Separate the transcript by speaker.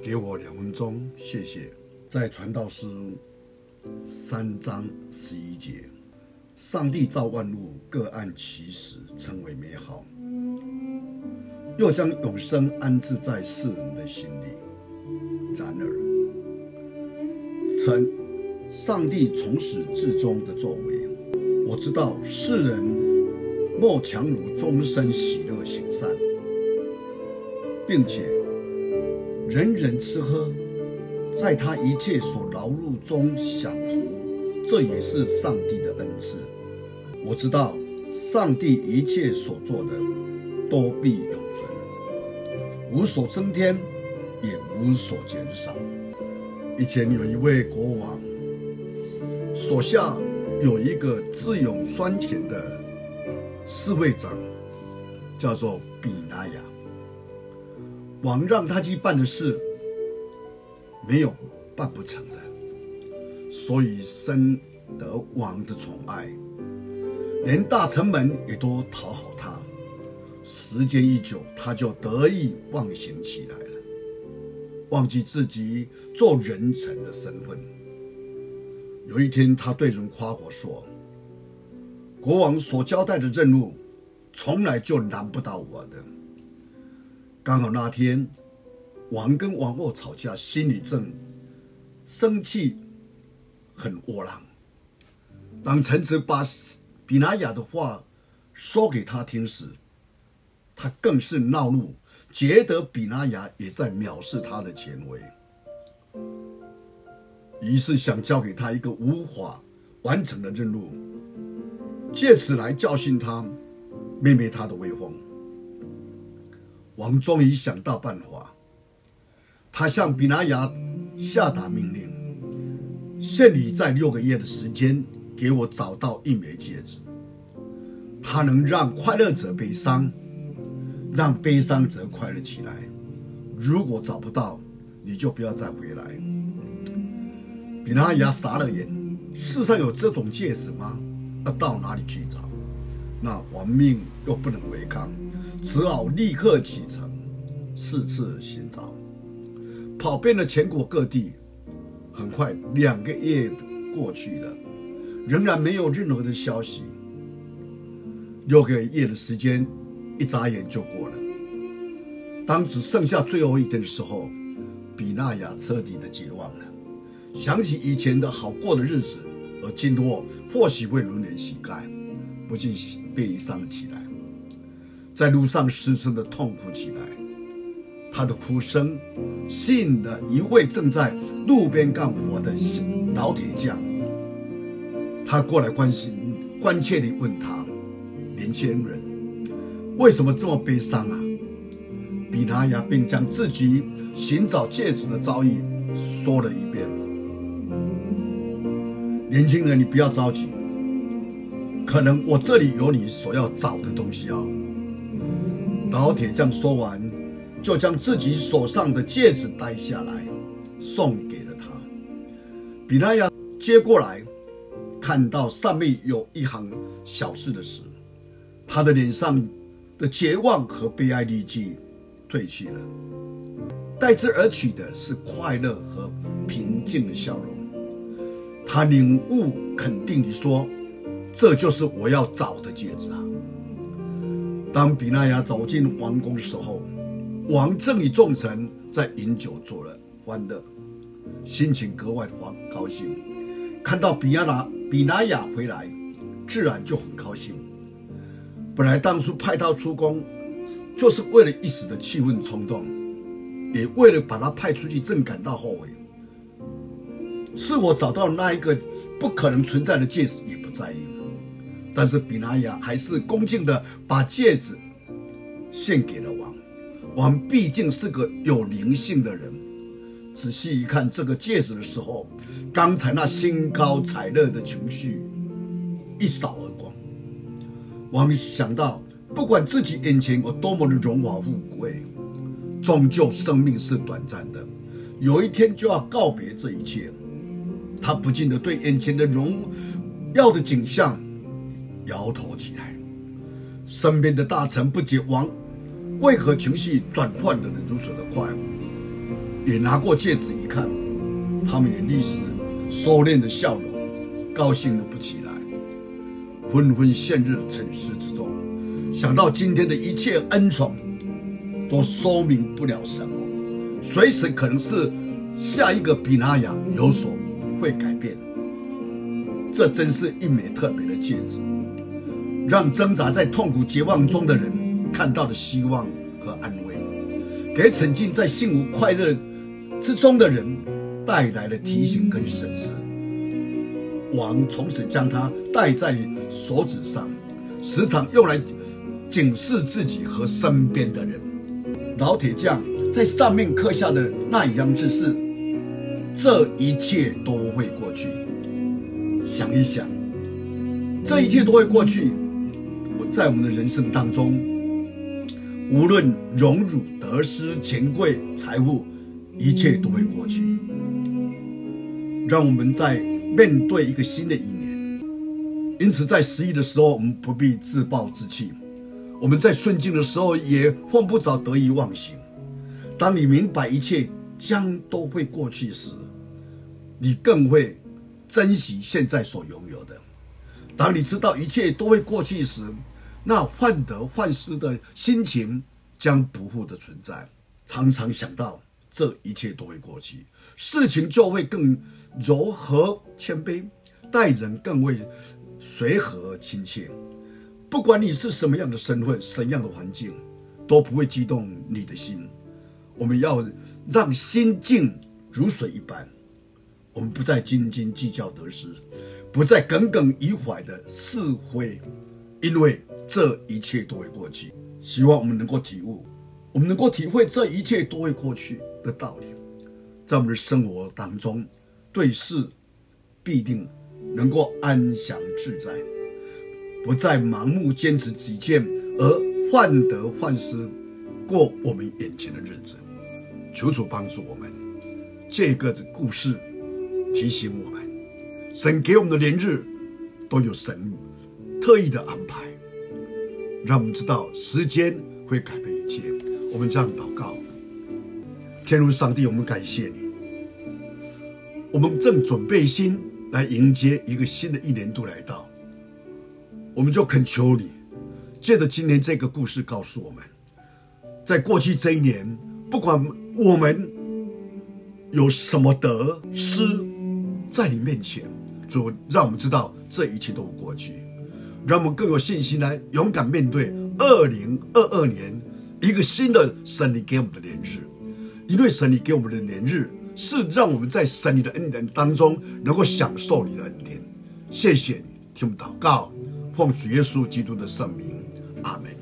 Speaker 1: 给我2分钟，谢谢。在传道书3章11节，上帝造万物，各按其时，称为美好，又将永生安置在世人的心里。然而，上帝从始至终的作为，我知道世人莫强如终身喜乐行善，并且人人吃喝，在他一切所劳碌中享福，这也是上帝的恩赐。我知道上帝一切所做的都必永存，无所增添，也无所减少。以前有一位国王，手下有一个智勇双全的侍卫长，叫做比拿雅。王让他去办的事，没有办不成的，所以深得王的宠爱，连大臣们也都讨好他。时间一久，他就得意忘形起来了，忘记自己做人臣的身份。有一天，他对人夸我说：“国王所交代的任务，从来就难不倒我的。”刚好那天，王跟王后吵架，心里正生气，很窝囊。当臣子把比拿雅的话说给他听时，他更是恼怒，觉得比拿雅也在藐视他的权威，于是想交给他一个无法完成的任务，借此来教训他，灭灭他的威风。王终于想到办法，他向比拿雅下达命令：限你在6个月的时间给我找到一枚戒指，它能让快乐者悲伤，让悲伤者快乐起来。如果找不到，你就不要再回来。比拿雅傻了眼，世上有这种戒指吗？要到哪里去找？那王命又不能违抗，只好立刻启程4次寻找，跑遍了全国各地。很快2个月过去了，仍然没有任何的消息。6个月的时间一眨眼就过了。当只剩下最后一天的时候，比拿雅彻底的绝望了，想起以前的好过的日子，而今后或许会沦为乞丐，不禁悲伤了起来，在路上失声的痛哭起来。他的哭声吸引了一位正在路边干活的老铁匠，他过来关切地问他：“年轻人，为什么这么悲伤啊？”比拿雅便将自己寻找戒指的遭遇说了一遍。年轻人，你不要着急，可能我这里有你所要找的东西哦。老铁匠说完，就将自己手上的戒指摘下来，送给了他。比拿雅接过来，看到上面有一行小字的时，他的脸上的绝望和悲哀立即褪去了，代之而取的是快乐和平静的笑容。他领悟肯定地说：“这就是我要找的戒指啊！”当比拿雅走进王宫的时候，王正与众臣在饮酒作欢乐，心情格外的高兴。看到比拿雅回来，自然就很高兴。本来当初派他出宫，就是为了一时的气愤冲动，也为了把他派出去，正感到后悔。是我找到那一个不可能存在的戒指，也不在意。但是比拿雅还是恭敬地把戒指献给了王。王毕竟是个有灵性的人，仔细一看这个戒指的时候，刚才那兴高采烈的情绪一扫而光。王想到，不管自己眼前有多么的荣华富贵，终究生命是短暂的，有一天就要告别这一切。他不禁地对眼前的荣耀的景象摇头起来。身边的大臣不解王为何情绪转换得如此的快， 也拿过戒指一看，他们也立时收敛的笑容，高兴的不起来，纷纷陷入沉思之中。想到今天的一切恩宠都说明不了什么，随时可能是下一个比拿雅有所会改变。这真是一枚特别的戒指，让挣扎在痛苦绝望中的人看到了希望和安慰，给沉浸在幸福快乐之中的人带来了提醒跟审视。王从此将它戴在手指上，时常用来警示自己和身边的人。老铁匠在上面刻下的那一样字是：这一切都会过去。想一想，这一切都会过去。在我们的人生当中，无论荣辱得失、钱贵财富，一切都会过去。让我们在面对一个新的一年，因此在失意的时候，我们不必自暴自弃；我们在顺境的时候，也犯不着得意忘形。当你明白一切将都会过去时，你更会珍惜现在所拥有的。当你知道一切都会过去时，那患得患失的心情将不复的存在。常常想到这一切都会过去，事情就会更柔和谦卑，待人更会随和亲切。不管你是什么样的身份，什么样的环境，都不会激动你的心。我们要让心静如水一般，我们不再斤斤计较得失，不再耿耿于怀的是非，因为这一切都会过去。希望我们能够体悟，我们能够体会这一切都会过去的道理，在我们的生活当中，对事必定能够安详自在，不再盲目坚持己见而患得患失，过我们眼前的日子。求主帮助我们，这个故事提醒我们，神给我们的连日都有神特意的安排，让我们知道时间会改变一切。我们这样祷告：天父上帝，我们感谢你，我们正准备心来迎接一个新的一年度来到，我们就恳求你，借着今天这个故事告诉我们，在过去这一年，不管我们有什么得失在你面前，主让我们知道这一切都会过去，让我们更有信心来勇敢面对2022年一个新的神你给我们的年日。因为神你给我们的年日是让我们在神你的恩典当中能够享受你的恩典。谢谢你听我们祷告，奉主耶稣基督的圣名，阿们。